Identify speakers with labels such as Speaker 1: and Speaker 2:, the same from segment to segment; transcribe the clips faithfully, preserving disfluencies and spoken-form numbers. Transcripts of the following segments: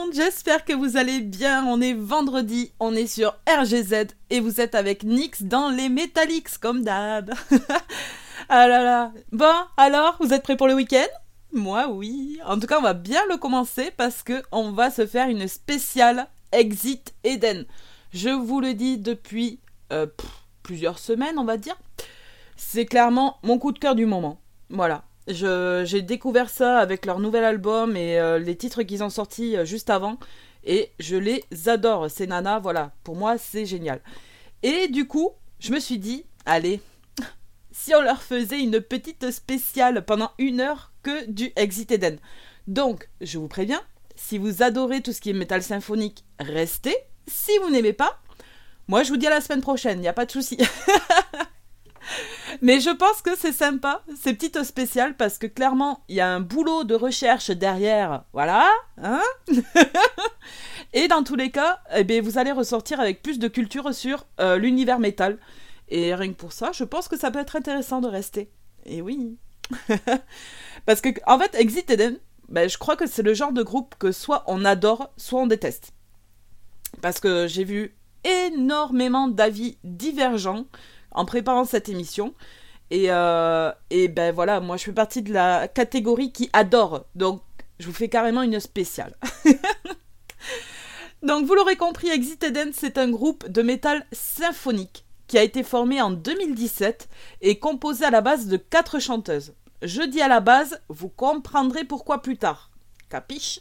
Speaker 1: monde, j'espère que vous allez bien. On est vendredi, on est sur R G Z et vous êtes avec Nyx dans les Metallics comme d'hab. Ah là là. Bon, alors, vous êtes prêts pour le week-end ? Moi oui. En tout cas, on va bien le commencer parce que on va se faire une spéciale Exit Eden. Je vous le dis depuis euh, pff, plusieurs semaines, on va dire. C'est clairement mon coup de cœur du moment. Voilà. Je, j'ai découvert ça avec leur nouvel album et euh, les titres qu'ils ont sortis euh, juste avant. Et je les adore, ces nanas, voilà. Pour moi, c'est génial. Et du coup, je me suis dit, allez, si on leur faisait une petite spéciale pendant une heure que du Exit Eden. Donc, je vous préviens, si vous adorez tout ce qui est métal symphonique, restez. Si vous n'aimez pas, moi je vous dis à la semaine prochaine, il n'y a pas de souci. Mais je pense que c'est sympa, ces petites spéciales, parce que clairement, il y a un boulot de recherche derrière, voilà, hein. Et dans tous les cas, eh bien, vous allez ressortir avec plus de culture sur euh, l'univers métal. Et rien que pour ça, je pense que ça peut être intéressant de rester. Et oui. Parce que, en fait, Exit Eden, ben, je crois que c'est le genre de groupe que soit on adore, soit on déteste. Parce que j'ai vu énormément d'avis divergents en préparant cette émission. Et, euh, et ben voilà, moi je fais partie de la catégorie qui adore. Donc je vous fais carrément une spéciale. Donc vous l'aurez compris, Exit Eden, c'est un groupe de métal symphonique qui a été formé en deux mille dix-sept et composé à la base de quatre chanteuses. Je dis à la base, vous comprendrez pourquoi plus tard. Capiche?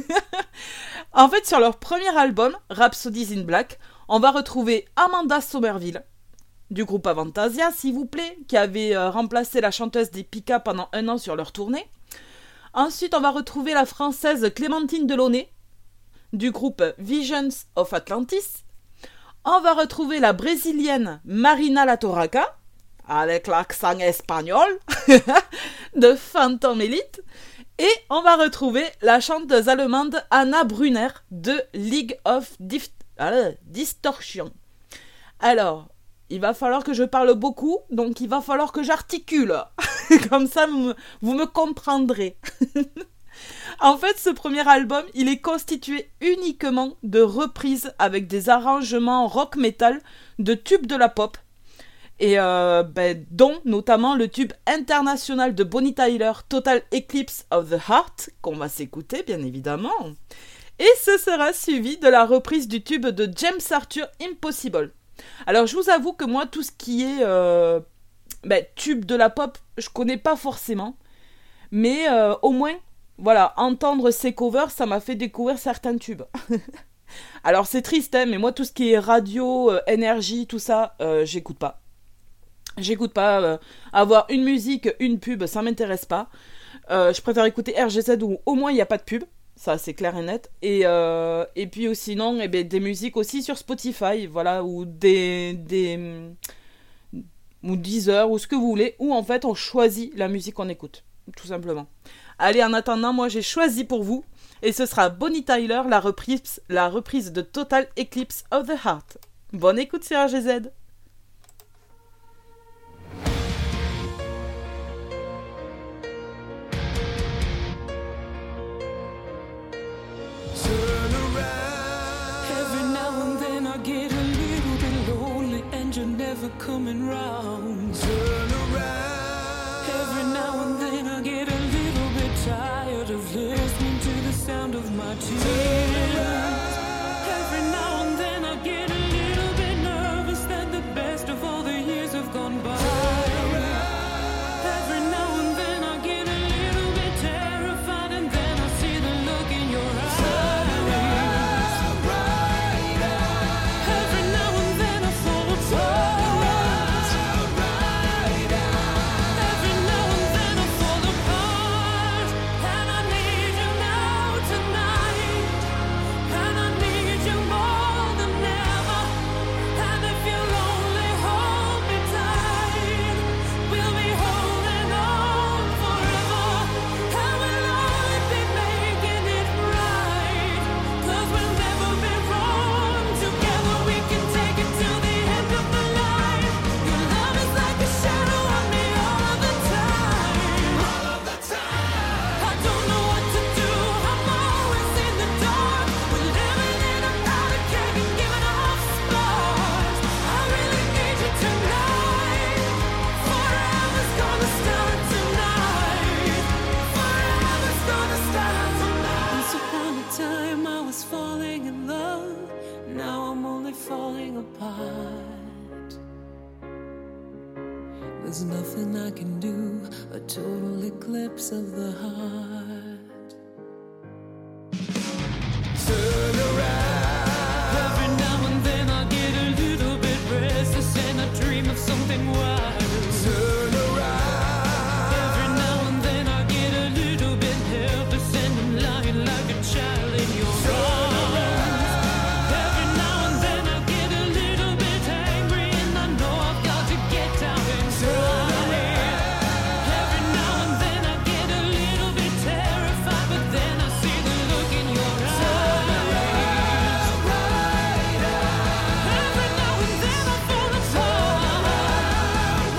Speaker 1: En fait, sur leur premier album, Rhapsodies in Black, on va retrouver Amanda Somerville, du groupe Avantasia, s'il vous plaît, qui avait euh, remplacé la chanteuse des Pika pendant un an sur leur tournée. Ensuite, on va retrouver la française Clémentine Delaunay, du groupe Visions of Atlantis. On va retrouver la brésilienne Marina Latorraca, avec l'accent espagnol, de Phantom Elite. Et on va retrouver la chanteuse allemande Anna Brunner, de League of Dif- euh, Distortion. Alors, il va falloir que je parle beaucoup, donc il va falloir que j'articule. Comme ça, vous me comprendrez. En fait, ce premier album, il est constitué uniquement de reprises avec des arrangements rock metal de tubes de la pop. Et euh, ben, dont notamment le tube international de Bonnie Tyler, Total Eclipse of the Heart, qu'on va s'écouter bien évidemment. Et ce sera suivi de la reprise du tube de James Arthur, Impossible. Alors je vous avoue que moi, tout ce qui est euh, ben, tube de la pop, je connais pas forcément. Mais euh, au moins, voilà, entendre ces covers, ça m'a fait découvrir certains tubes. Alors c'est triste, hein, mais moi tout ce qui est radio, euh, énergie, tout ça, euh, j'écoute pas. J'écoute pas. Euh, avoir une musique, une pub, ça m'intéresse pas. Euh, je préfère écouter R G Z où au moins il n'y a pas de pub. Ça, c'est clair et net. Et, euh, et puis ou sinon, eh ben, des musiques aussi sur Spotify, voilà, ou des, des ou Deezer, ou ce que vous voulez, où en fait on choisit la musique qu'on écoute, tout simplement. Allez, en attendant, moi j'ai choisi pour vous, et ce sera Bonnie Tyler, la reprise, la reprise de Total Eclipse of the Heart. Bonne écoute sur R G Z.
Speaker 2: Coming round, turn around. Every now and then I get a little bit tired of listening to the sound of my tears. Every now and then I get a little bit nervous that the best of all the years have gone by. Every now and then I get a little bit terrified, and then I see the look in your eyes. Every now and then I fall apart. There's nothing I can do, a total eclipse of the heart. Turn around. Every now and then I get a little bit restless and I dream of something wild. Turn around. Every now and then I get a little bit helpless and I'm lying like a child in your arms. Every now and then I get a little bit angry and I know I've got to get down and cry. Every now and then I get a little bit terrified, but then I see the look in your eyes. Every now and then I fall apart.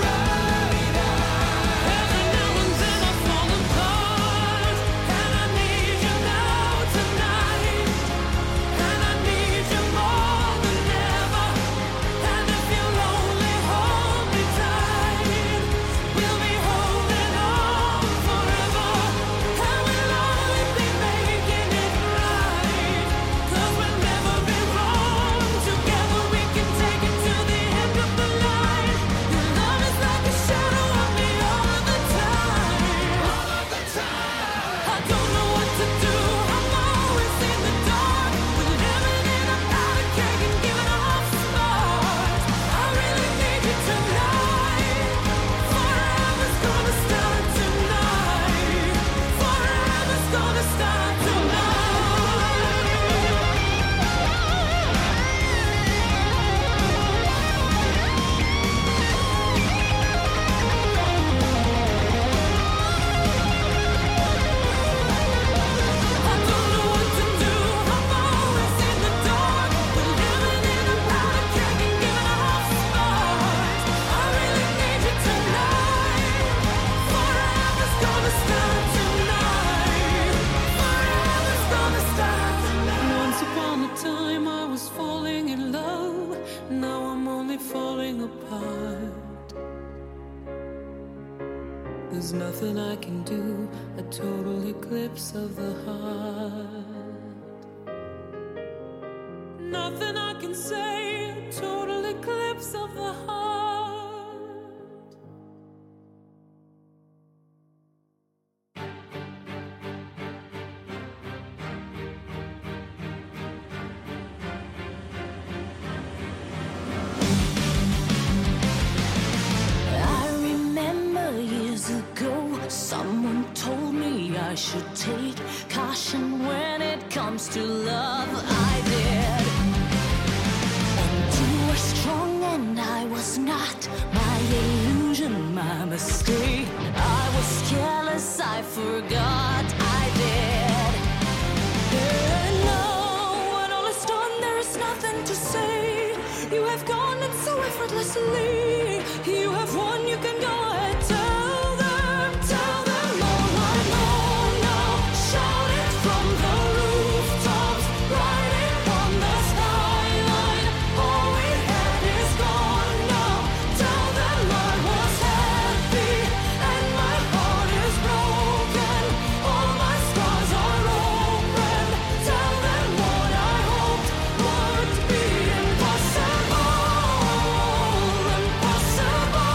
Speaker 2: Every now and then I fall apart. And I need you now tonight. And I need you more than ever. And if you're lonely, hold me tight. We'll be holding on forever. And we'll only be making it right. 'Cause we'll never be wrong. Together we can take it to the end of the line. Your love is like a shadow of me all of the time. All of the time. I don't know what to do. I'm always in the dark. With lemon in a powder keg and giving off sparks. I really need you tonight. Forever's gonna start tonight. Forever's gonna start tonight. I don't know what to do. I'm always in the dark. With lemon in a powder keg and giving off sparks. I really need you tonight. Forever's gonna start tonight. Forever's gonna start tonight. Once upon a time I was falling in love. Now I'm only falling apart. There's nothing I can do, a total eclipse of the heart. Nothing I can say, a total eclipse of the heart.
Speaker 3: I remember years ago, someone told me I should take caution when it comes to love. I did. And you were strong and I was not. My illusion, my mistake. I was careless, I forgot. I did. And now, when all is done, there is nothing to say. You have gone and so effortlessly. You have won, you can go ahead. Tell them, tell them all I know now. Shout it from the rooftops. Write it on the skyline. All we had is gone now. Tell them I was happy and my heart is broken. All my scars are open. Tell them what I hoped would be impossible. Impossible.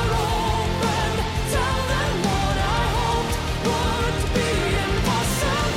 Speaker 3: Impossible.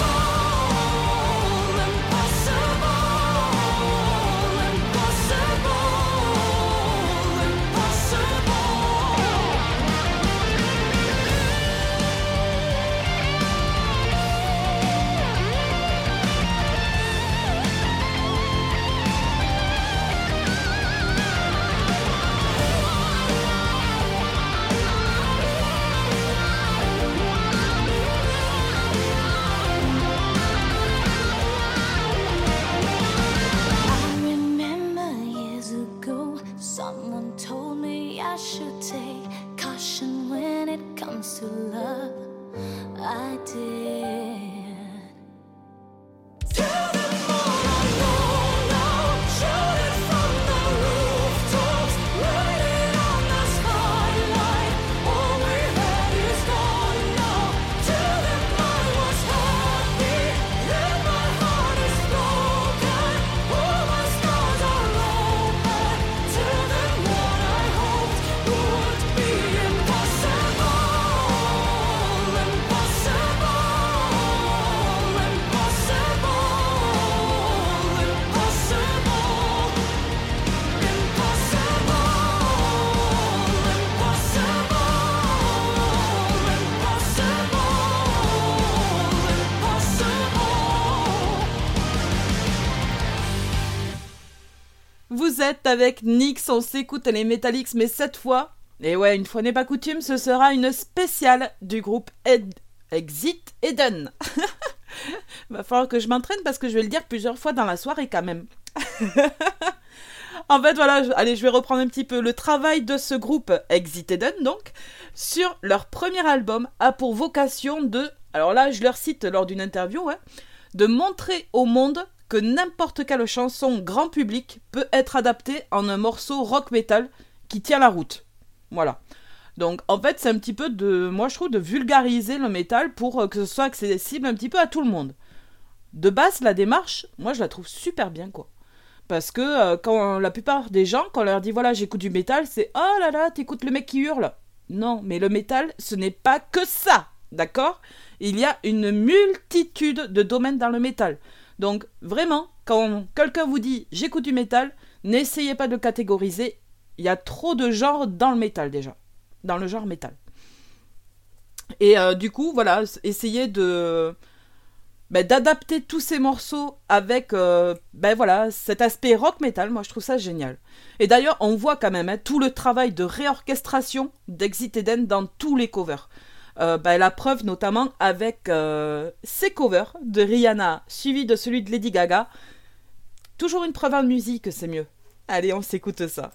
Speaker 1: vous êtes avec Nyx, on s'écoute les Metallics, mais cette fois, et ouais, une fois n'est pas coutume, ce sera une spéciale du groupe Ed... Exit Eden. Va falloir que je m'entraîne parce que je vais le dire plusieurs fois dans la soirée quand même. En fait, voilà, je... allez, je vais reprendre un petit peu. Le travail de ce groupe Exit Eden, donc, sur leur premier album, a pour vocation de... Alors là, je leur cite lors d'une interview, ouais, de montrer au monde que n'importe quelle chanson grand public peut être adaptée en un morceau rock metal qui tient la route. Voilà. Donc, en fait, c'est un petit peu de... Moi, je trouve de vulgariser le métal pour que ce soit accessible un petit peu à tout le monde. De base, la démarche, moi, je la trouve super bien, quoi. Parce que euh, quand la plupart des gens, quand on leur dit, voilà, j'écoute du métal, c'est « Oh là là, t'écoutes le mec qui hurle !» Non, mais le métal, ce n'est pas que ça, d'accord ? Il y a une multitude de domaines dans le métal. Donc, vraiment, quand quelqu'un vous dit « J'écoute du métal », n'essayez pas de le catégoriser. Il y a trop de genres dans le métal, déjà. Dans le genre métal. Et euh, du coup, voilà, essayez de... Ben, d'adapter tous ces morceaux avec euh, ben voilà, cet aspect rock metal. Moi je trouve ça génial. Et d'ailleurs on voit quand même hein, tout le travail de réorchestration d'Exit Eden dans tous les covers. Euh, ben, la preuve notamment avec euh, ces covers de Rihanna suivi de celui de Lady Gaga. Toujours une preuve en musique, c'est mieux. Allez, on s'écoute ça.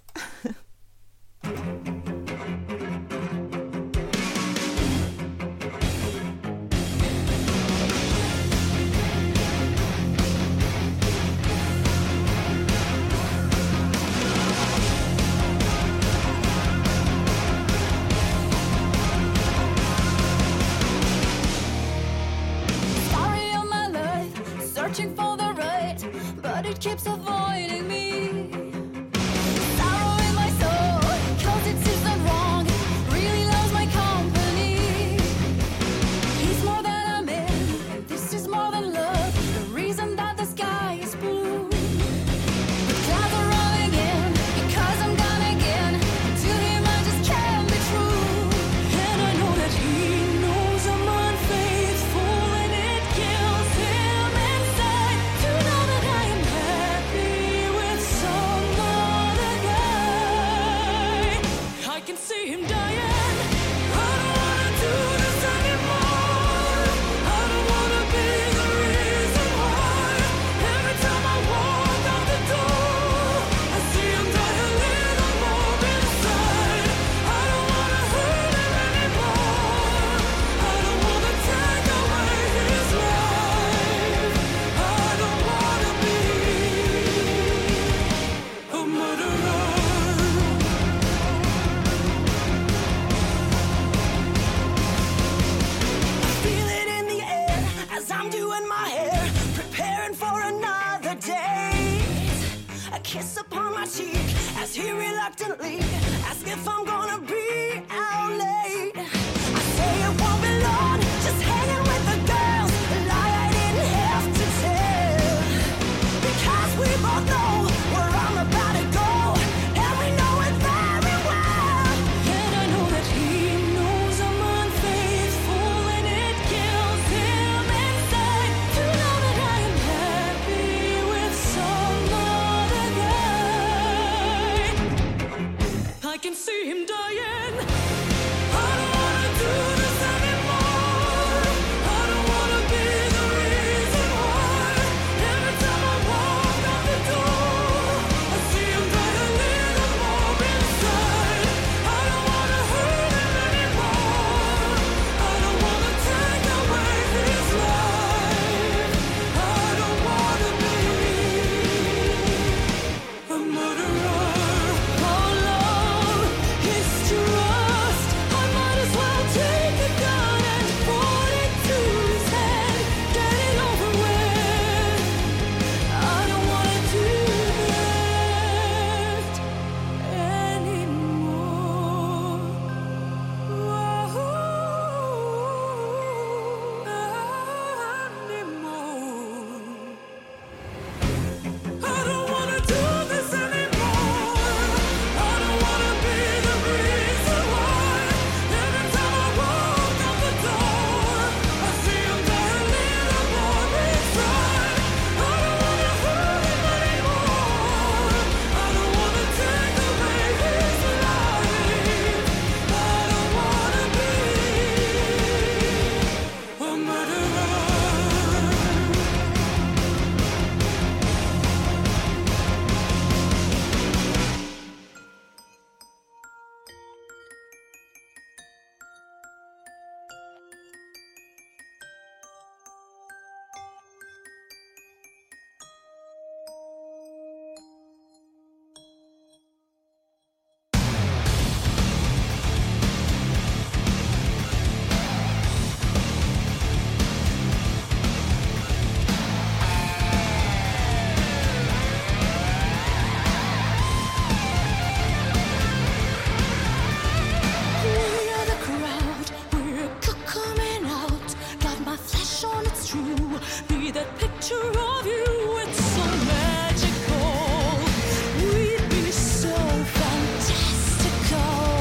Speaker 3: Searching for the right, but it keeps avoiding me. Sorrow in my soul, cause it seems not wrong, really loves my company. He's more than I'm in, and this is more than love, the reason that the sky is blue. The clouds are rolling in, because I'm gone again, to him I just can't be true. And I know that he knows I'm unfaithful, and it kills him. See him dying. I don't wanna do this anymore. I don't wanna be the reason why. Every time I walk out the door, I see him die a little more inside. I don't wanna hurt him anymore. I don't wanna take away his life. I don't wanna be a murderer. I'm doing my hair, preparing for another day. A kiss upon my cheek as he reluctantly asks if I'm gonna be out late. I say it won't be long, just hanging with the girls, a lie I didn't have to tell. Because we both know where I'm about to go, and we know it very well. And I know that he knows I'm unfaithful, and it kills him. I can see him dying. I don't be that picture of you. It's so magical. We'd be so fantastical.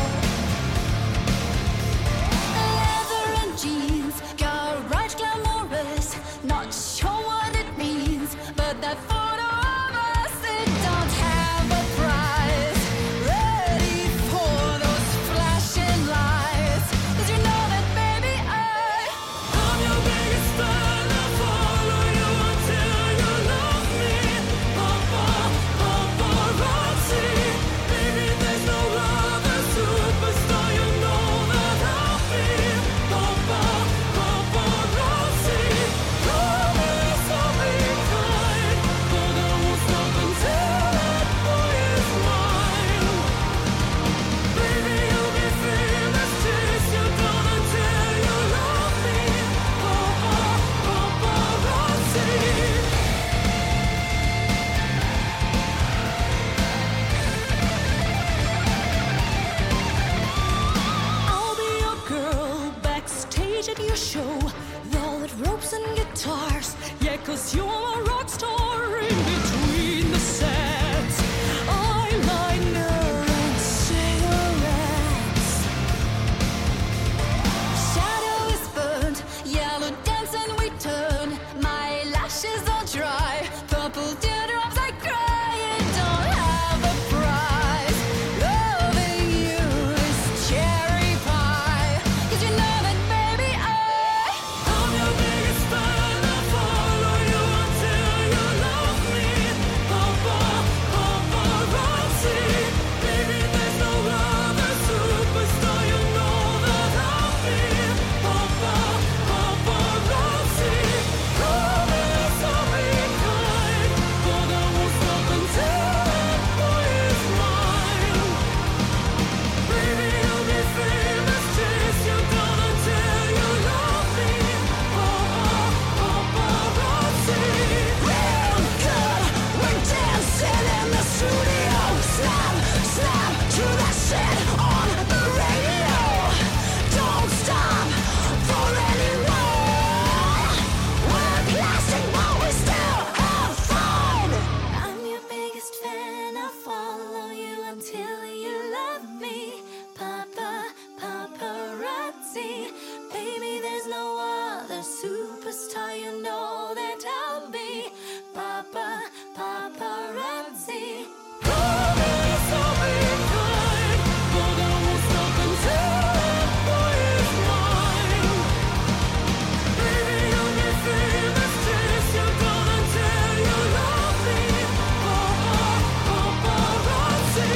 Speaker 3: Leather and jeans, garage glamorous. Not sure what it means, but that photo of us, it don't have a price. Ready for those flashing lights. 'Cause you know that, baby, I, I'm your biggest fan. I follow you until you love me. Papa, paparazzi. Baby, there's no other superstar. You know that I'll be. Papa, paparazzi. Promise I'll be kind, but I won't stop until that boy is mine. Baby, you'll be famous, chase you down until you love me. Papa, paparazzi. I'll be your girl backstage at your show. Velvet ropes and guitars. Yeah, 'cause you're a rock star in between the sets. Eyeliner and cigarettes. Shadow is burnt, yellow dance and we turn. My lashes are dry, purple teardrops I cry. It don't have a price. Loving you is cherry pie. 'Cause you know that, baby, I, I'm your biggest fan. I follow you until you love me. Papa, paparazzi. Baby, there's no other superstar. You know that I'll be. Papa, paparazzi. Promise I'll be kind, but I won't stop until that boy is mine. Baby, you'll be famous, chase you down until you love me. Papa, paparazzi. Real good, we're dancing in the studio. Snap, snap to that shit on the radio. Don't stop for anyone. We're plastic, but we still have fun. I'm your biggest fan. I'll follow you until you love me. Papa, paparazzi. Baby, there's no other superstar. You know that I'll be. Papa, paparazzi. Promise I'll be kind, but I won't stop until that boy is mine. Baby, you'll be famous, chase you down until you love me. Papa, paparazzi.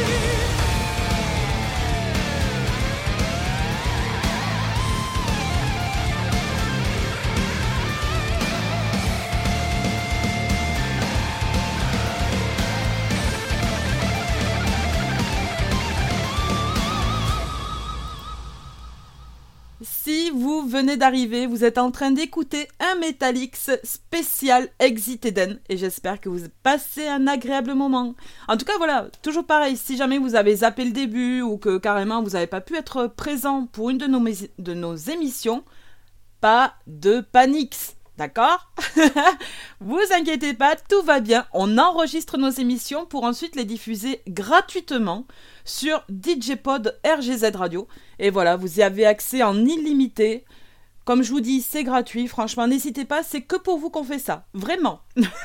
Speaker 1: Si vous venez d'arriver, vous êtes en train d'écouter un Metalix spécial Exit Eden et j'espère que vous passez un agréable moment. En tout cas, voilà, toujours pareil, si jamais vous avez zappé le début ou que carrément vous n'avez pas pu être présent pour une de nos, mes- de nos émissions, pas de panique, d'accord? Vous inquiétez pas, tout va bien. On enregistre nos émissions pour ensuite les diffuser gratuitement sur D J Pod R G Z Radio. Et voilà, vous y avez accès en illimité. Comme je vous dis, c'est gratuit. Franchement, n'hésitez pas, c'est que pour vous qu'on fait ça. Vraiment.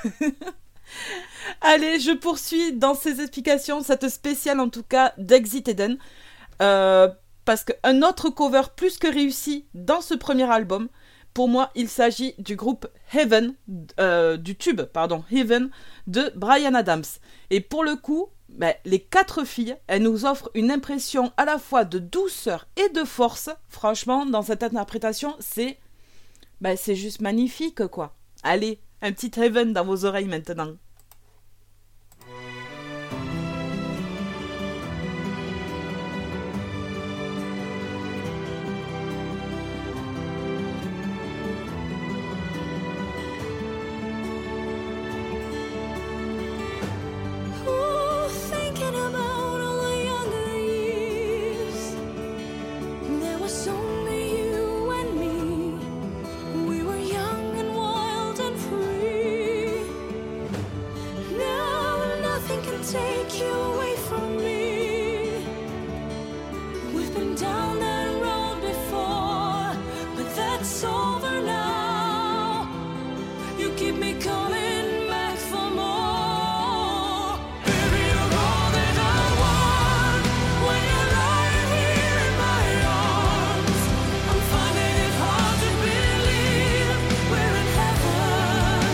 Speaker 1: Allez, je poursuis dans ces explications, cette spéciale en tout cas d'Exit Eden. Euh, parce qu'un autre cover plus que réussi dans ce premier album, pour moi, il s'agit du groupe Heaven, euh, du tube, pardon, Heaven, de Bryan Adams. Et pour le coup, ben, les quatre filles, elles nous offrent une impression à la fois de douceur et de force. Franchement, dans cette interprétation, c'est, ben, c'est juste magnifique, quoi. Allez, un petit Heaven dans vos oreilles maintenant.
Speaker 3: Ooh, thinking about all the younger years, there was only you and me. We were young and wild and keep me coming back for more. Baby, you're all that I want. When you're lying here in my arms, I'm finding it hard to believe we're in heaven.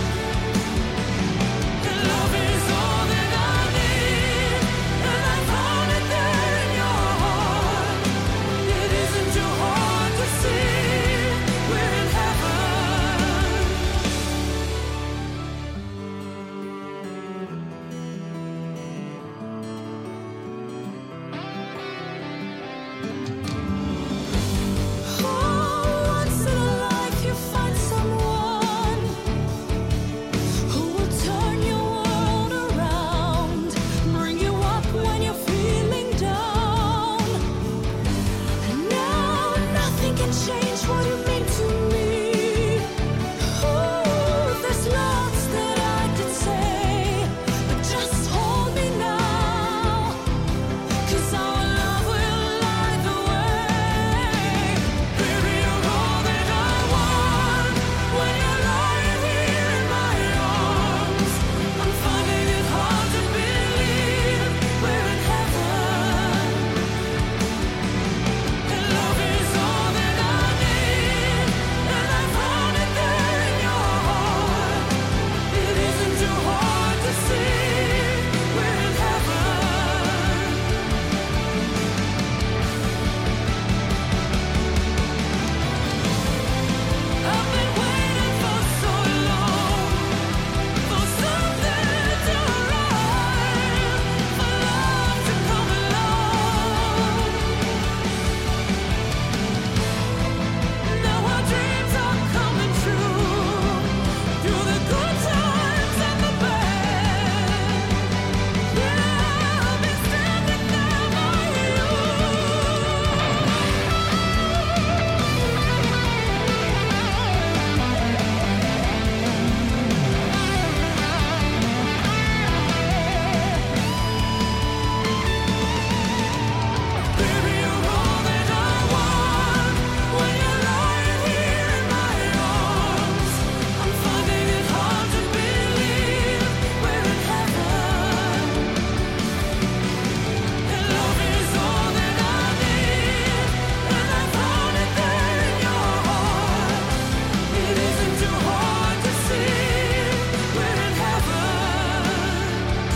Speaker 3: And love is all that I need, and I found it there in your heart. It isn't too hard to see we're in heaven. Oh, once in a life you find someone who will turn your world around, bring you up when you're feeling down. And now nothing can change what you mean to me. Ooh, there's lots that I could say, but just hold me now, 'cause our love will light the way. Baby, you're all that I want. When you're lying here in my arms, I'm finding it hard to believe we're in heaven. And love is all that I need, and I found it there in your heart. It isn't too hard to see we're in heaven. I've been waiting for so long, for something to arrive, for love to come along. Now our dreams are coming true, through the good times and the bad. Yeah, I've been standing there by you. Baby, you're all that I want. When you're lying here in my arms, I'm finding it hard to believe we're in heaven. And love is all that I need, and I found it there in your heart. It isn't too hard to see we're in heaven.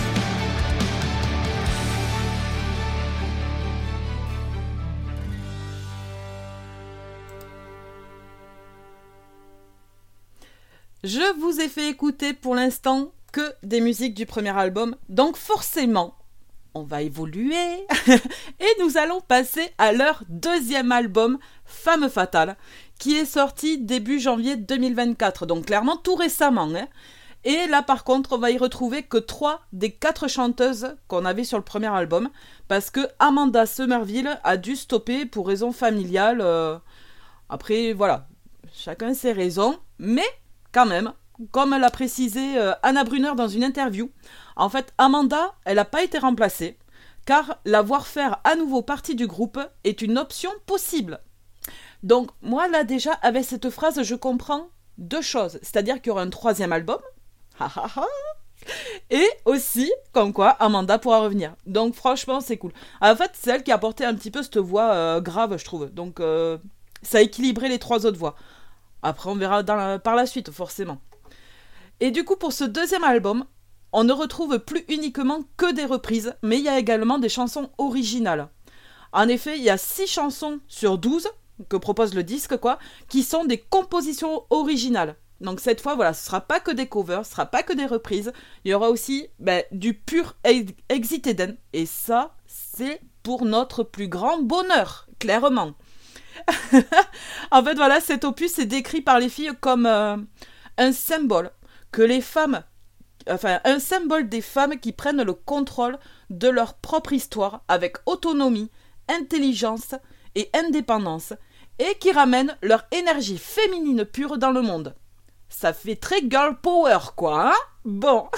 Speaker 1: Je vous ai fait écouter pour l'instant que des musiques du premier album, donc forcément, on va évoluer et nous allons passer à leur deuxième album, Femme Fatale, qui est sorti début janvier deux mille vingt-quatre, donc clairement tout récemment. Hein. Et là par contre, on va y retrouver que trois des quatre chanteuses qu'on avait sur le premier album, parce que Amanda Somerville a dû stopper pour raisons familiales. euh, Après, voilà, chacun ses raisons, mais quand même, comme l'a précisé euh, Anna Brunner dans une interview, en fait, Amanda, elle n'a pas été remplacée, car la voir faire à nouveau partie du groupe est une option possible. Donc, moi, là, déjà, avec cette phrase, je comprends deux choses. C'est-à-dire qu'il y aura un troisième album, ha ha ha, et aussi, comme quoi, Amanda pourra revenir. Donc, franchement, c'est cool. En fait, c'est elle qui a apporté un petit peu cette voix euh, grave, je trouve. Donc, euh, ça a équilibré les trois autres voix. Après, on verra dans la- par la suite, forcément. Et du coup, pour ce deuxième album, on ne retrouve plus uniquement que des reprises, mais il y a également des chansons originales. En effet, il y a six chansons sur douze que propose le disque, quoi, qui sont des compositions originales. Donc cette fois, voilà, ce sera pas que des covers, ce sera pas que des reprises, il y aura aussi ben, du pur ex- Exit Eden. Et ça, c'est pour notre plus grand bonheur, clairement. En fait, voilà, cet opus est décrit par les filles comme euh, un symbole que les femmes, enfin, un symbole des femmes qui prennent le contrôle de leur propre histoire avec autonomie, intelligence et indépendance, et qui ramènent leur énergie féminine pure dans le monde. Ça fait très girl power, quoi, hein? Bon.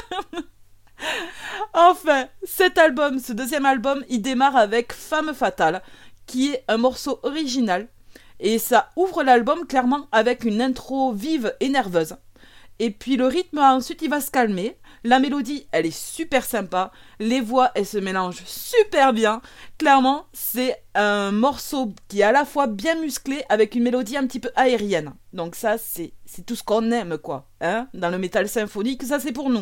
Speaker 1: Enfin, cet album, ce deuxième album, il démarre avec Femme Fatale, qui est un morceau original, et ça ouvre l'album clairement avec une intro vive et nerveuse. Et puis le rythme ensuite il va se calmer. La mélodie elle est super sympa. Les voix elles se mélangent super bien. Clairement c'est un morceau qui est à la fois bien musclé avec une mélodie un petit peu aérienne. Donc ça c'est, c'est tout ce qu'on aime quoi. Hein, dans le métal symphonique, ça c'est pour nous.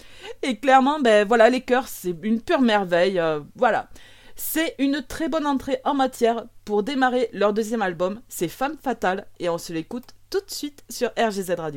Speaker 1: Et clairement ben voilà, les chœurs c'est une pure merveille. Euh, voilà. C'est une très bonne entrée en matière pour démarrer leur deuxième album. C'est Femme Fatale et on se l'écoute tout de suite sur R G Z Radio.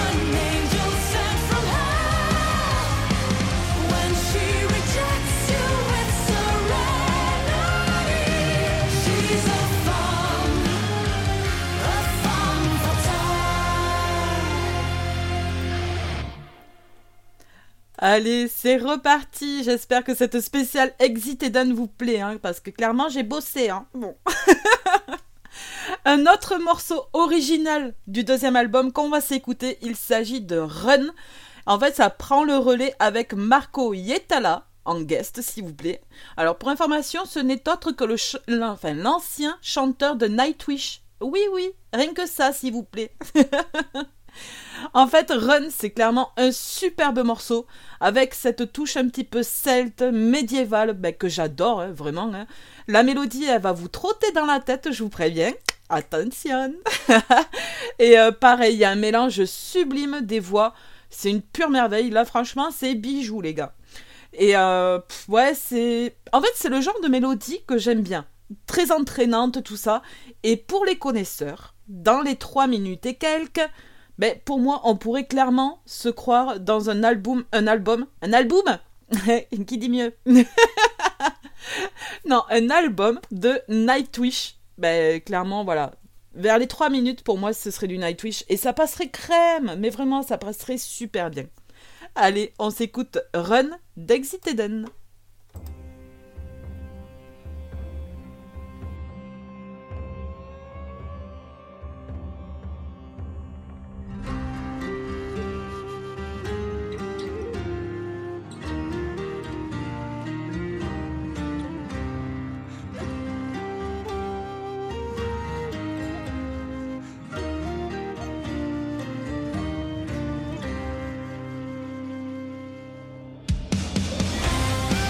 Speaker 3: When she rejects you
Speaker 1: Allez, c'est reparti. J'espère que cette spéciale Exit Eden vous plaît, hein, parce que clairement j'ai bossé. Hein. Bon. Un autre morceau original du deuxième album qu'on va s'écouter, il s'agit de Run. En fait, ça prend le relais avec Marco Hietala, en guest s'il vous plaît. Alors pour information, ce n'est autre que le ch- enfin, l'ancien chanteur de Nightwish. Oui, oui, rien que ça s'il vous plaît. En fait, Run, c'est clairement un superbe morceau avec cette touche un petit peu celte, médiévale, ben, que j'adore, hein, vraiment. Hein. La mélodie, elle va vous trotter dans la tête, je vous préviens. Attention. Et euh, pareil, il y a un mélange sublime des voix. C'est une pure merveille. Là, franchement, c'est bijou, les gars. Et euh, pff, ouais, c'est... En fait, c'est le genre de mélodie que j'aime bien. Très entraînante, tout ça. Et pour les connaisseurs, dans les trois minutes et quelques... Ben, pour moi, on pourrait clairement se croire dans un album, un album, un album qui dit mieux non, un album de Nightwish. Ben, clairement, voilà. Vers les trois minutes, pour moi, ce serait du Nightwish. Et ça passerait crème, mais vraiment, ça passerait super bien. Allez, on s'écoute Run d'Exit Eden.
Speaker 3: Run,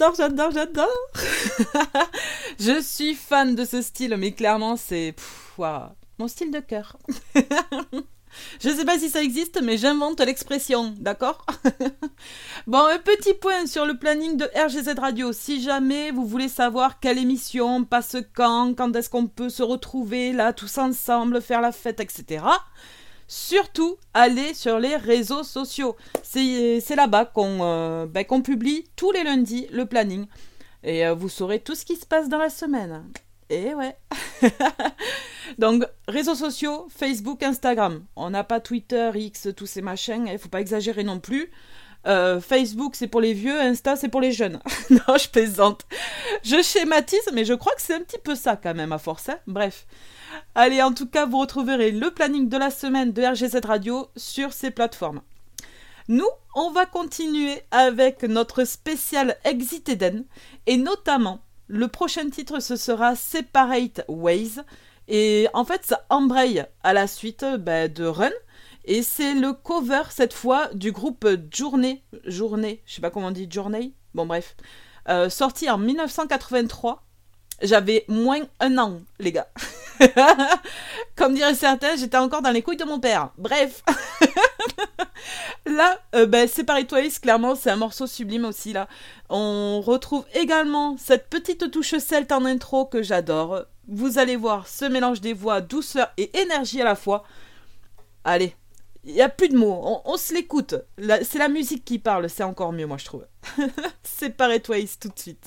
Speaker 1: j'adore, j'adore, j'adore. Je suis fan de ce style, mais clairement, c'est pff, wow, mon style de cœur. Je sais pas si ça existe, mais j'invente l'expression, d'accord? Bon, un petit point sur le planning de R G Z Radio. Si jamais vous voulez savoir quelle émission passe quand, quand est-ce qu'on peut se retrouver là, tous ensemble, faire la fête, et cetera. Surtout, allez sur les réseaux sociaux. C'est, c'est là-bas qu'on, euh, ben, qu'on publie tous les lundis le planning. Et euh, vous saurez tout ce qui se passe dans la semaine. Et ouais. Donc, réseaux sociaux, Facebook, Instagram. On n'a pas Twitter, X, tous ces machins. Il ne faut pas exagérer non plus. Euh, Facebook, c'est pour les vieux. Insta, c'est pour les jeunes. Non, je plaisante. Je schématise, mais je crois que c'est un petit peu ça quand même, à force. Hein. Bref. Allez, en tout cas, vous retrouverez le planning de la semaine de R G Z Radio sur ces plateformes. Nous, on va continuer avec notre spécial Exit Eden. Et notamment, le prochain titre, ce sera Separate Ways. Et en fait, ça embraye à la suite bah, de Run. Et c'est le cover, cette fois, du groupe Journey. Journey, je sais pas comment on dit, Journey. Bon, bref. Euh, sorti en dix-neuf cent quatre-vingt-trois. J'avais moins un an, les gars. Comme diraient certains, j'étais encore dans les couilles de mon père. Bref. Là, euh, ben, Separate Ways, clairement, c'est un morceau sublime aussi, là. On retrouve également cette petite touche celte en intro que j'adore. Vous allez voir ce mélange des voix, douceur et énergie à la fois. Allez, il n'y a plus de mots, on, on se l'écoute. La, c'est la musique qui parle, c'est encore mieux, moi, je trouve. Separate Ways, tout de suite.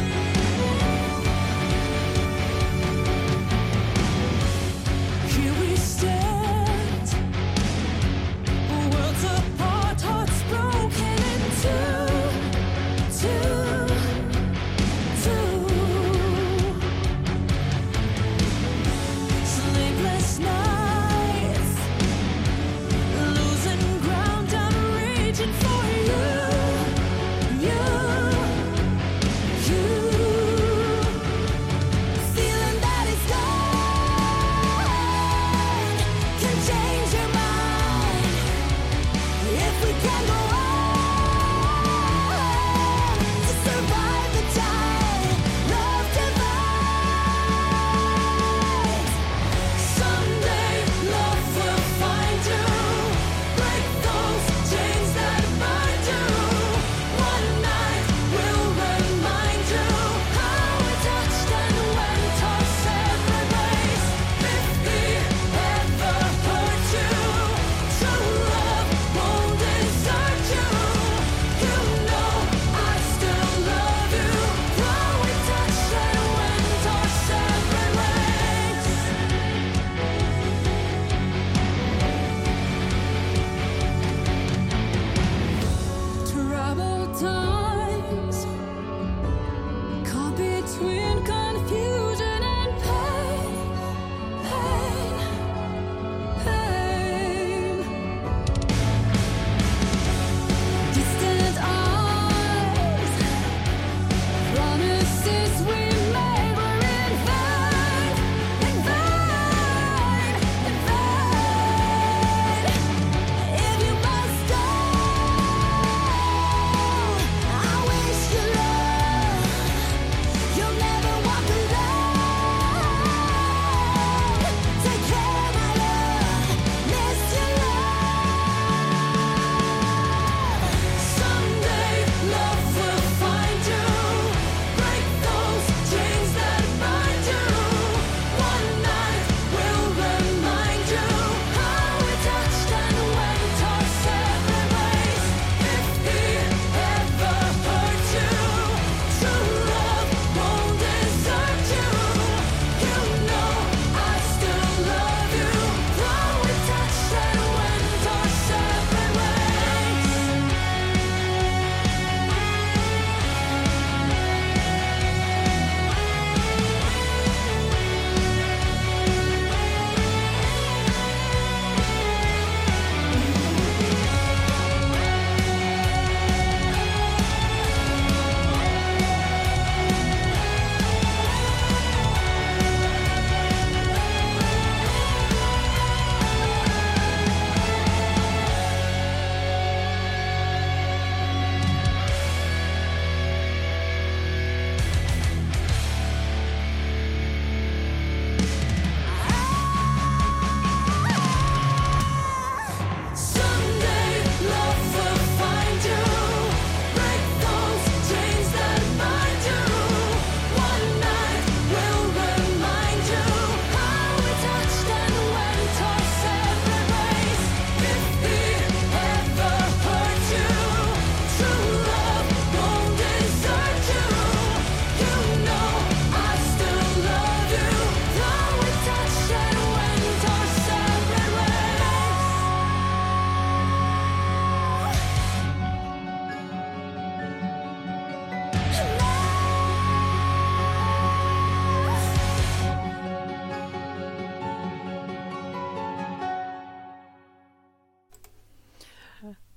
Speaker 2: Here we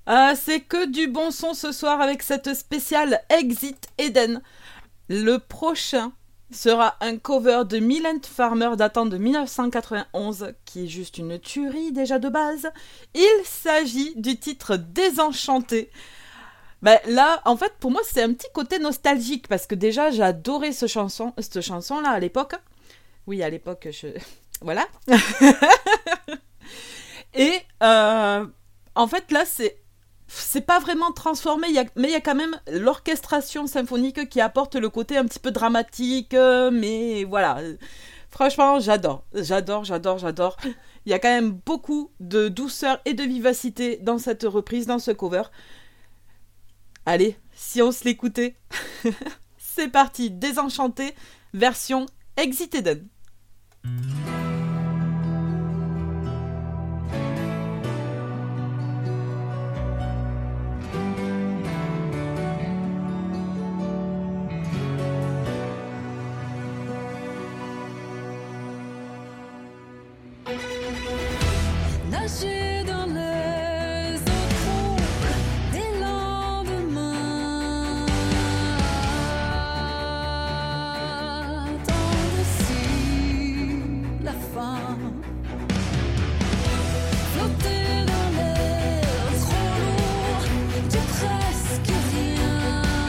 Speaker 1: Euh, c'est que du bon son ce soir avec cette spéciale Exit Eden. Le prochain sera un cover de Mylène Farmer datant de dix-neuf cent quatre-vingt-onze, qui est juste une tuerie déjà de base. Il s'agit du titre Désenchanté. Ben là, en fait, pour moi, c'est un petit côté nostalgique, parce que déjà, j'adorais ce chanson, cette chanson-là à l'époque. Oui, à l'époque, je... Voilà. Et, euh, en fait, là, c'est... C'est pas vraiment transformé, y a, mais il y a quand même l'orchestration symphonique qui apporte le côté un petit peu dramatique, euh, mais voilà. Franchement, j'adore, j'adore, j'adore, j'adore. Il y a quand même beaucoup de douceur et de vivacité dans cette reprise, dans ce cover. Allez, si on se l'écoutait. C'est parti, Désenchanté, version Exit Eden.
Speaker 3: Nager dans les eaux troubles des lendemains, attendre si la fin, flotter dans l'air trop lourd du presque rien,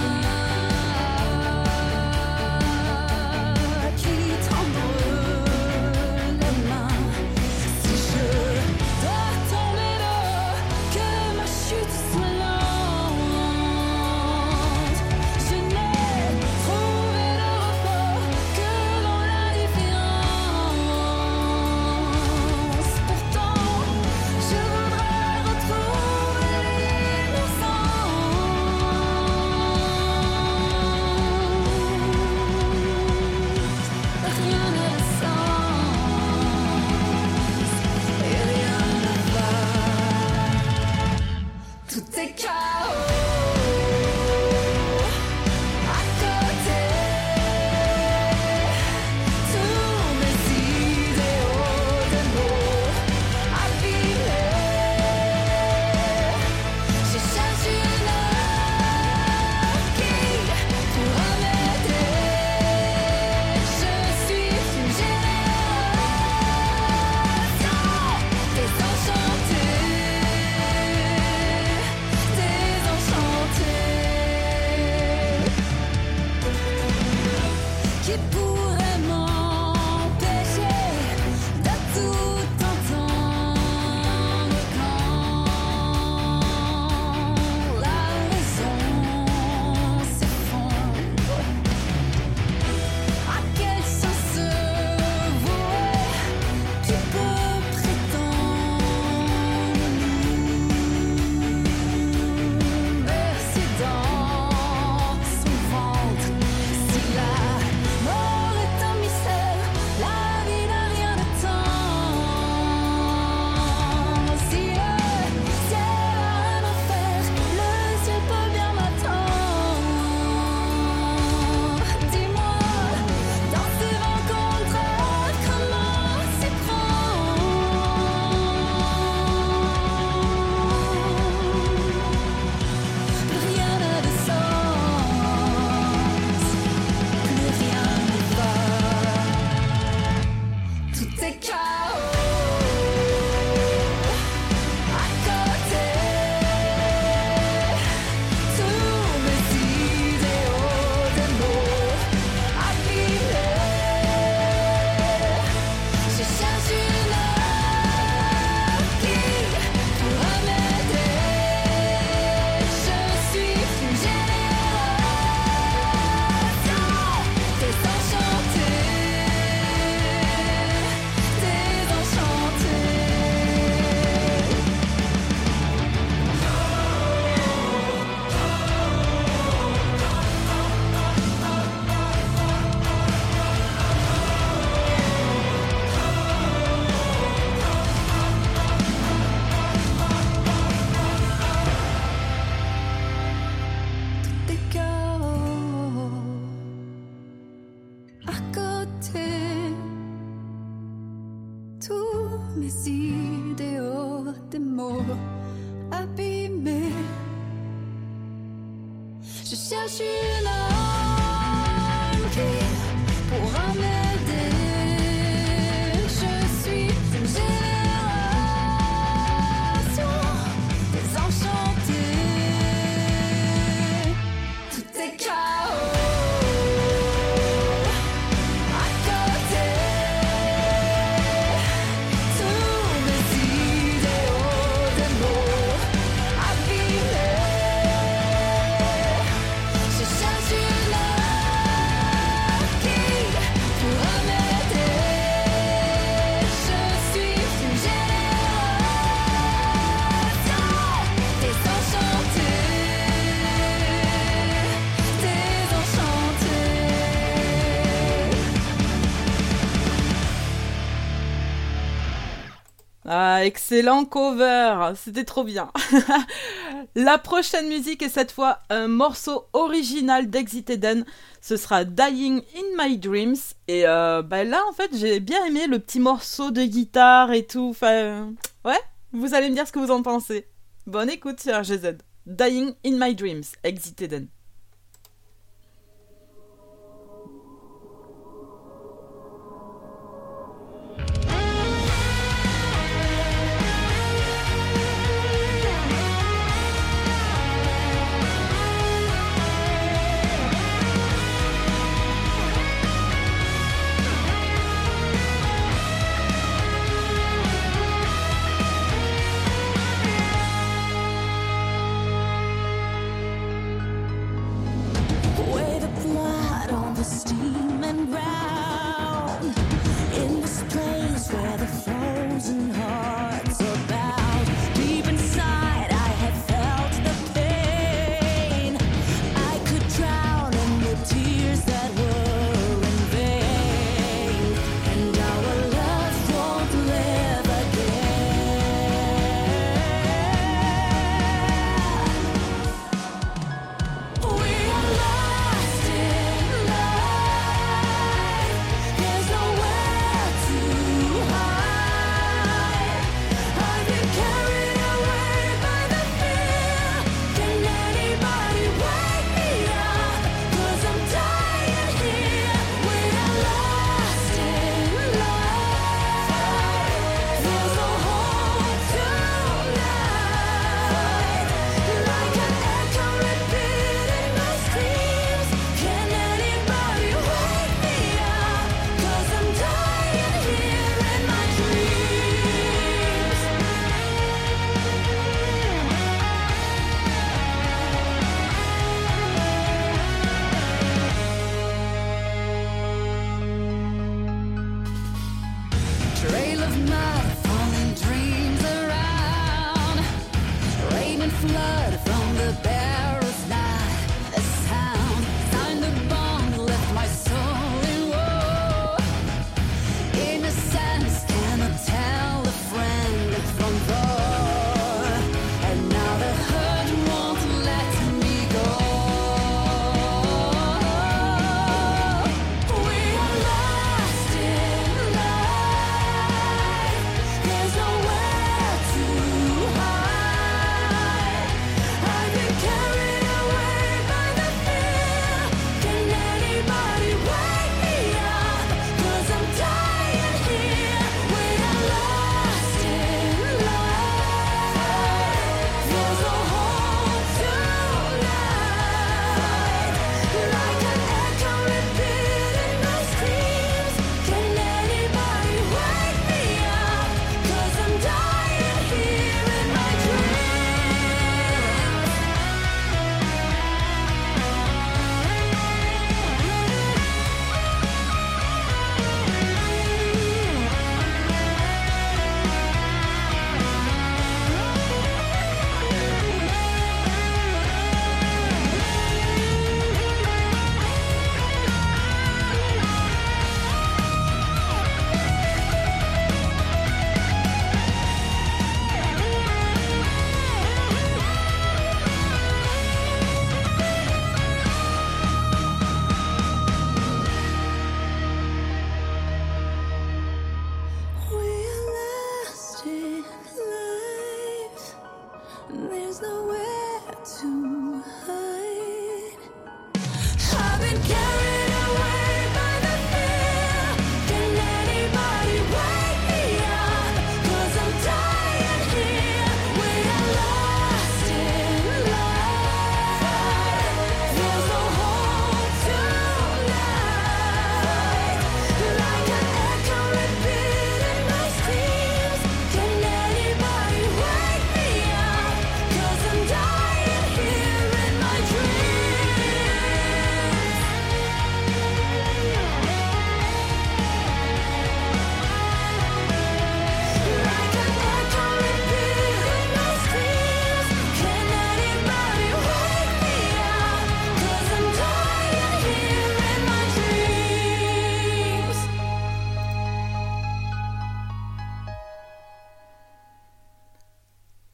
Speaker 3: qui tendre les mains. Si je dois tomber là, que ma chute soit lente. Je n'ai trouvé le repos que dans l'indifférence. Pourtant, je voudrais retrouver l'innocence. Rien n'a de sens et rien ne va. Tout est chaos à côté. Tous mes idéaux de mots abîmés. Je cherche une heure qui pourra m'aider. Je suis une génération désenchantée, désenchantée. Qui pourrait m'empêcher de tout entendre quand la raison s'effondre? À quel sens se vouer? Tu peux prétendre nous bercer dans son ventre. Si la mort est un mystère, la vie n'a rien de temps. Si le ciel a un enfer, le ciel peut bien m'attendre. Dis-moi, dans ces rencontres, comment s'y prendre? Plus rien n'a de sens, plus rien ne va. Tout est chaos à côté. Tous mes idéaux de mots abîmés. Je cherche une heure qui pourra m'aider. Je suis une génération désenchantée, désenchantée. Tout est chaos à côté. Tous mes idéaux, des mots abîmés. cherche une âme qui pourra m'aider. Je suis une génération désenchantée. Tout est chaos à côté. Tous mes idéaux d'amour abîmés. Je cherche une âme qui pourra m'aider. Je suis une génération désenchantée. Désenchantée.
Speaker 1: Ah, excellent cover, c'était trop bien. La prochaine musique est cette fois un morceau original d'Exit Eden. Ce sera Dying in My Dreams. Et euh, bah là, en fait, j'ai bien aimé le petit morceau de guitare et tout. Enfin, euh, ouais, vous allez me dire ce que vous en pensez. Bonne écoute sur R G Z. Dying in My Dreams, Exit Eden.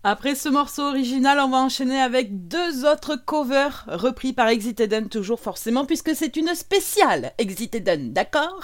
Speaker 1: Après ce morceau original, on va enchaîner avec deux autres covers repris par Exit Eden, toujours forcément, puisque c'est une spéciale Exit Eden, d'accord?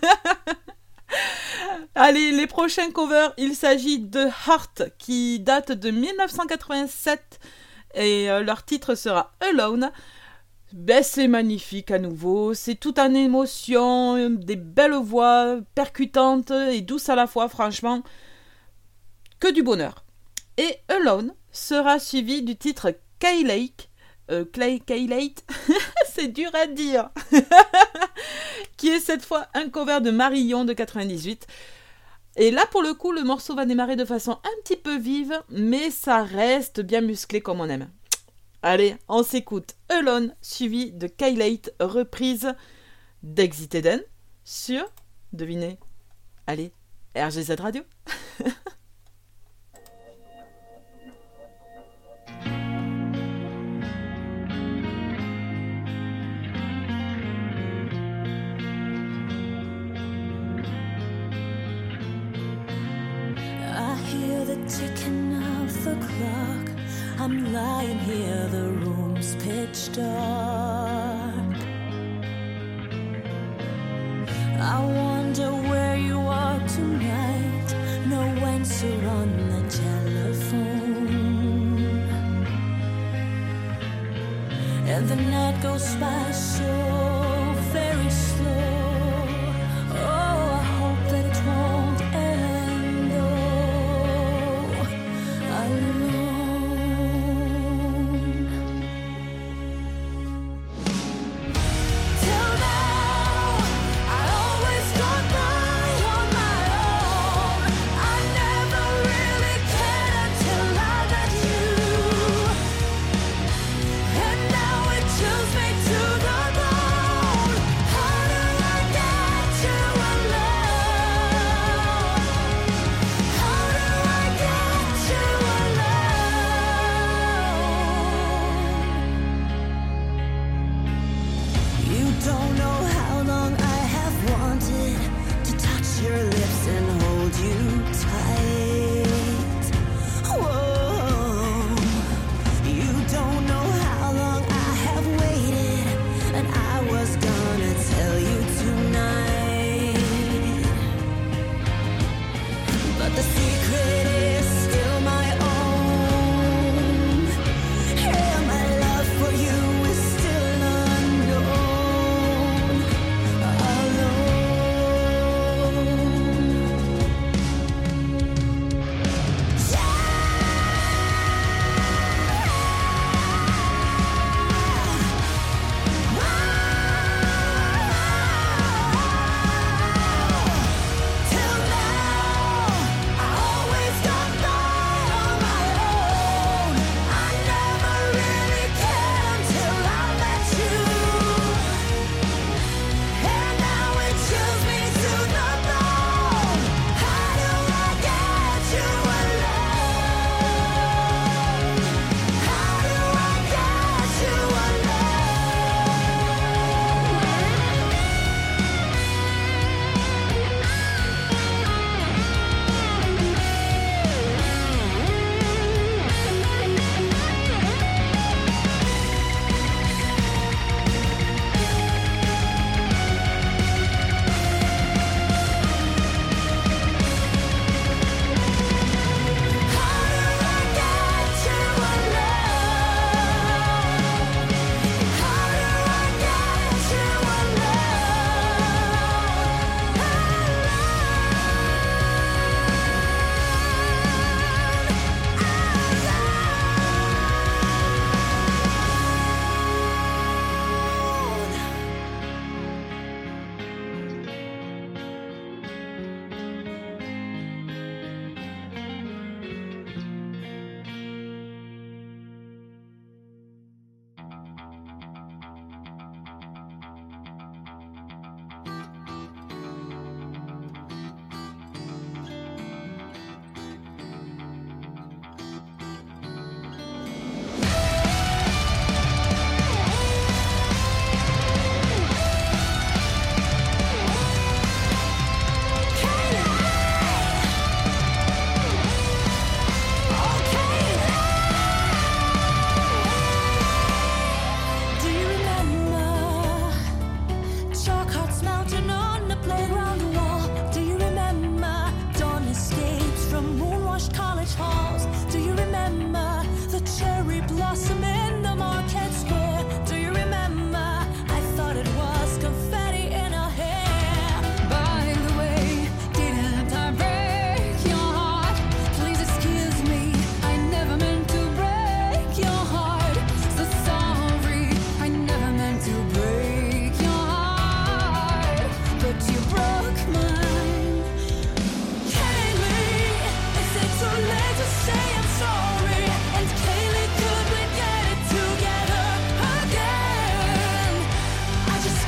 Speaker 1: Allez, les prochains covers, il s'agit de Heart, qui date de dix-neuf cent quatre-vingt-sept, et euh, leur titre sera Alone. Ben, c'est magnifique à nouveau, c'est tout en émotion, des belles voix percutantes et douces à la fois, franchement, que du bonheur. Et Alone sera suivi du titre K-Lake, euh, Clay K-Late, c'est dur à dire, qui est cette fois un cover de Marillon de quatre-vingt-dix-huit. Et là, pour le coup, le morceau va démarrer de façon un petit peu vive, mais ça reste bien musclé comme on aime. Allez, on s'écoute Alone, suivi de K-Late, reprise d'Exit Eden sur, devinez, allez, R G Z Radio.
Speaker 3: Ticking of the clock, I'm lying here, the room's pitch dark. I wonder where you are tonight, no answer on the telephone. And the night goes by so very slow. Oh, I hope that it won't end though. Alone. Till now, I always got by on my own. I never really cared until I met you. And now it chills me to the bone.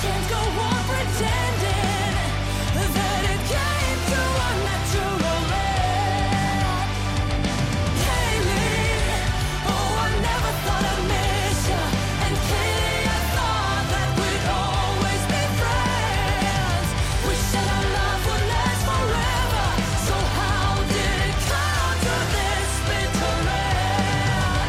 Speaker 3: can't go on pretending that it came through unnaturally. Kaylee, oh, I never thought I'd miss you. And Kaylee, I thought that we'd always be friends. We said our love would last forever. So how did it come to this bitter end?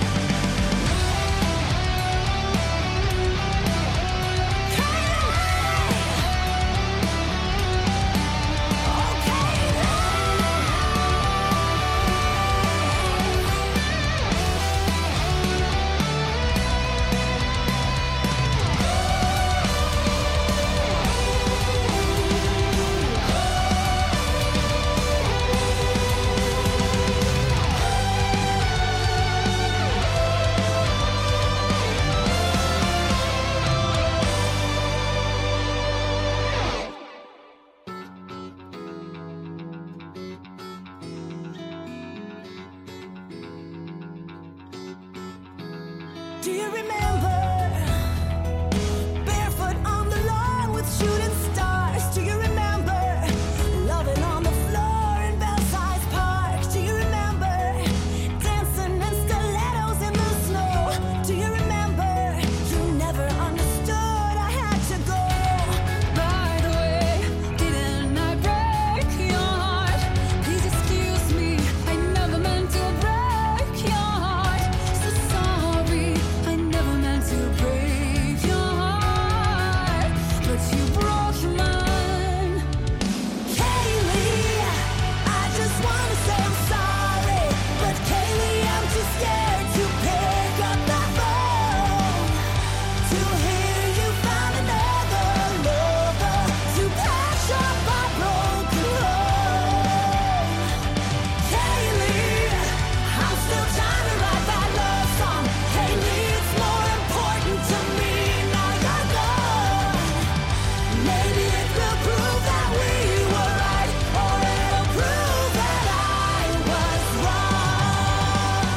Speaker 3: Do you remember barefoot on the lawn with shooting stars? Do you remember loving on the floor in Belsize Park? Do you remember dancing in stilettos in the snow? Do you remember you never understood I had to go? By the way, didn't I break your heart? Please excuse me, I never meant to break your heart. So sorry, I never meant to break your heart, but you broke mine. Kaylee, I just wanna say I'm sorry, but Kaylee, I'm too scared to pick up that phone to hear you found another lover to patch up my broken home. Kaylee, I'm still trying to write that love song. Kaylee, it's more important to me now you're gone. Maybe it will prove that we were right, or it'll prove that I was wrong.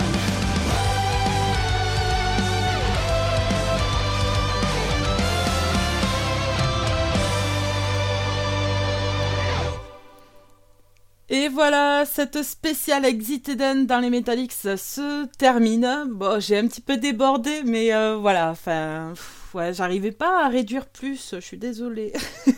Speaker 1: Et voilà, cette spéciale Exit Eden dans les Metallics se termine. Bon, j'ai un petit peu débordé, mais euh, voilà, enfin, pff, ouais, j'arrivais pas à réduire plus, je suis désolée.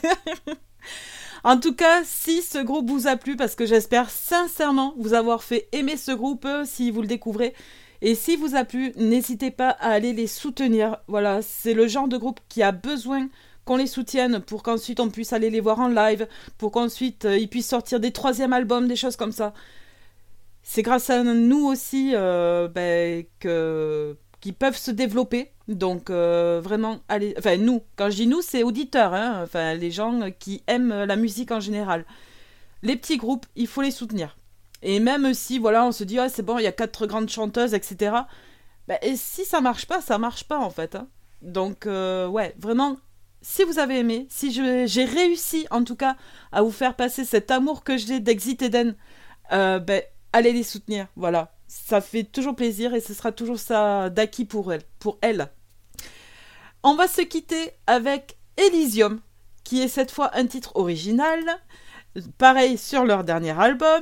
Speaker 1: En tout cas, si ce groupe vous a plu, parce que j'espère sincèrement vous avoir fait aimer ce groupe euh, si vous le découvrez. Et si vous a plu, n'hésitez pas à aller les soutenir. Voilà, c'est le genre de groupe qui a besoin qu'on les soutienne pour qu'ensuite on puisse aller les voir en live, pour qu'ensuite euh, ils puissent sortir des troisièmes albums, des choses comme ça. C'est grâce à nous aussi euh, ben, que, qu'ils peuvent se développer. Donc euh, vraiment, allez, enfin nous, quand je dis nous, c'est auditeurs, hein, enfin les gens qui aiment la musique en général. Les petits groupes, il faut les soutenir. Et même si, voilà, on se dit, ah, c'est bon, il y a quatre grandes chanteuses, et cetera. Ben, et si ça marche pas, ça marche pas en fait. Hein. Donc euh, ouais, vraiment. Si vous avez aimé, si je, j'ai réussi en tout cas à vous faire passer cet amour que j'ai d'Exit Eden, euh, ben, allez les soutenir, voilà. Ça fait toujours plaisir et ce sera toujours ça d'acquis pour elle, pour elle. On va se quitter avec Elysium, qui est cette fois un titre original, pareil sur leur dernier album.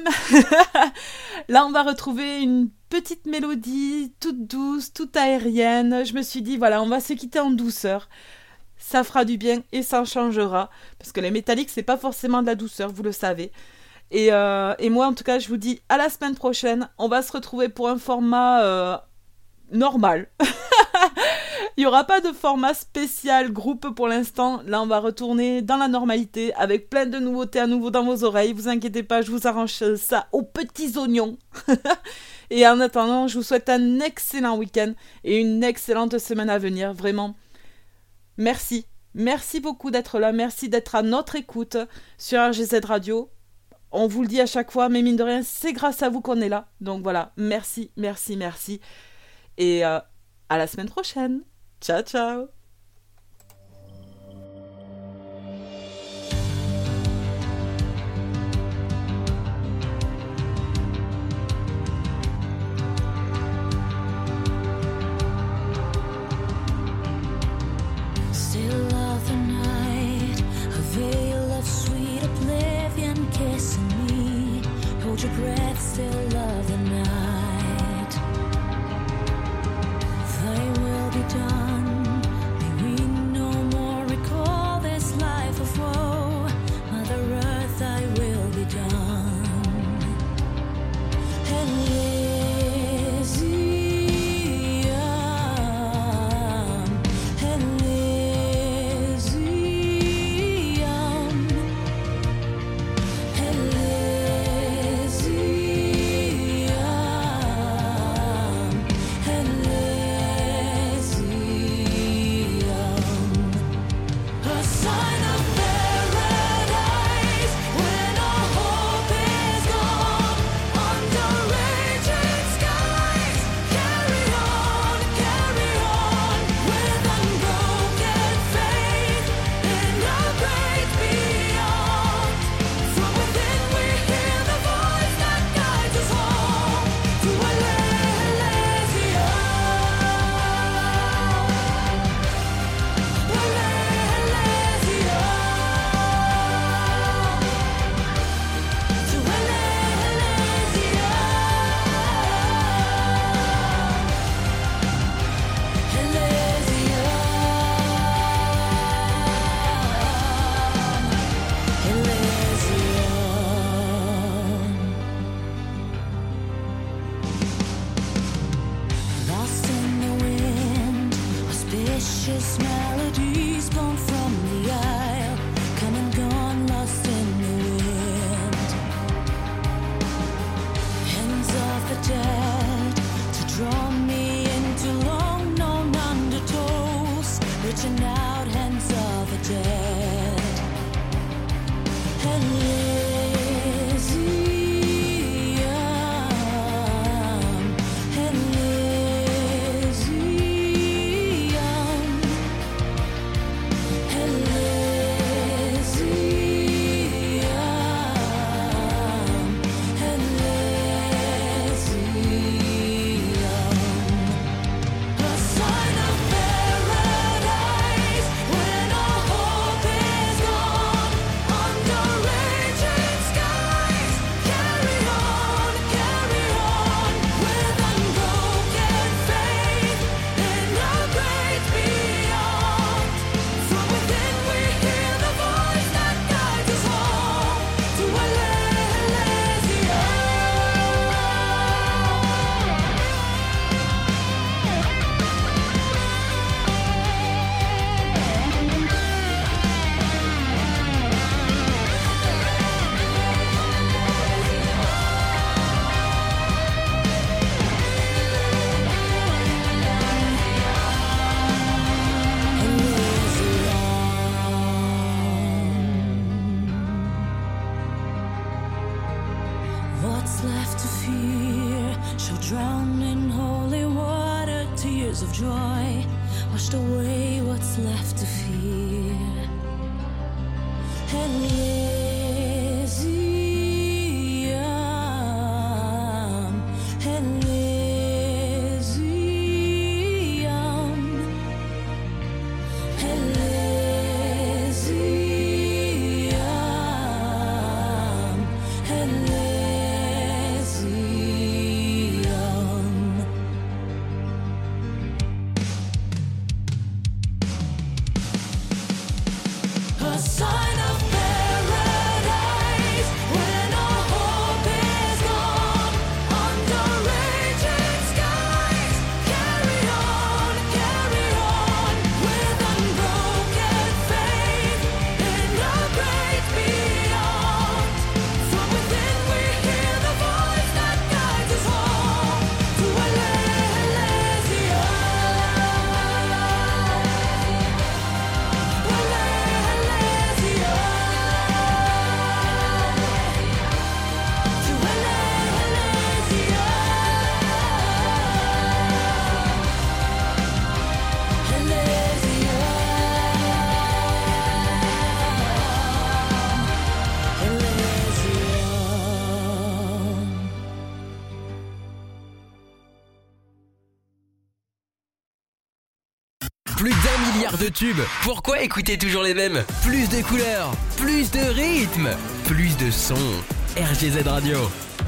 Speaker 1: Là, on va retrouver une petite mélodie toute douce, toute aérienne. Je me suis dit, voilà, on va se quitter en douceur. Ça fera du bien et ça changera. Parce que les Metallics, c'est pas forcément de la douceur, vous le savez. Et, euh, et moi, en tout cas, je vous dis à la semaine prochaine. On va se retrouver pour un format euh, normal. Il n'y aura pas de format spécial groupe pour l'instant. Là, on va retourner dans la normalité avec plein de nouveautés à nouveau dans vos oreilles. Vous inquiétez pas, je vous arrange ça aux petits oignons. Et en attendant, je vous souhaite un excellent week-end et une excellente semaine à venir. Vraiment. Merci, merci beaucoup d'être là, merci d'être à notre écoute sur R G Z Radio. On vous le dit à chaque fois, mais mine de rien, c'est grâce à vous qu'on est là. Donc voilà, merci, merci, merci. Et euh, à la semaine prochaine. Ciao, ciao.
Speaker 3: Still love the night. left to fear. She'll drown in holy water. Tears of joy washed away what's left to fear. Elysium, Elysium, Elysium, Elysium. A sign of paradise when all hope is gone. Under raging skies, carry on, carry on with unbroken faith in a great beyond. From within we hear the voice that guides us home to Elysium.
Speaker 4: Plus d'un milliard de tubes. Pourquoi écouter toujours les mêmes? Plus de couleurs, plus de rythme, plus de sons. R G Z Radio.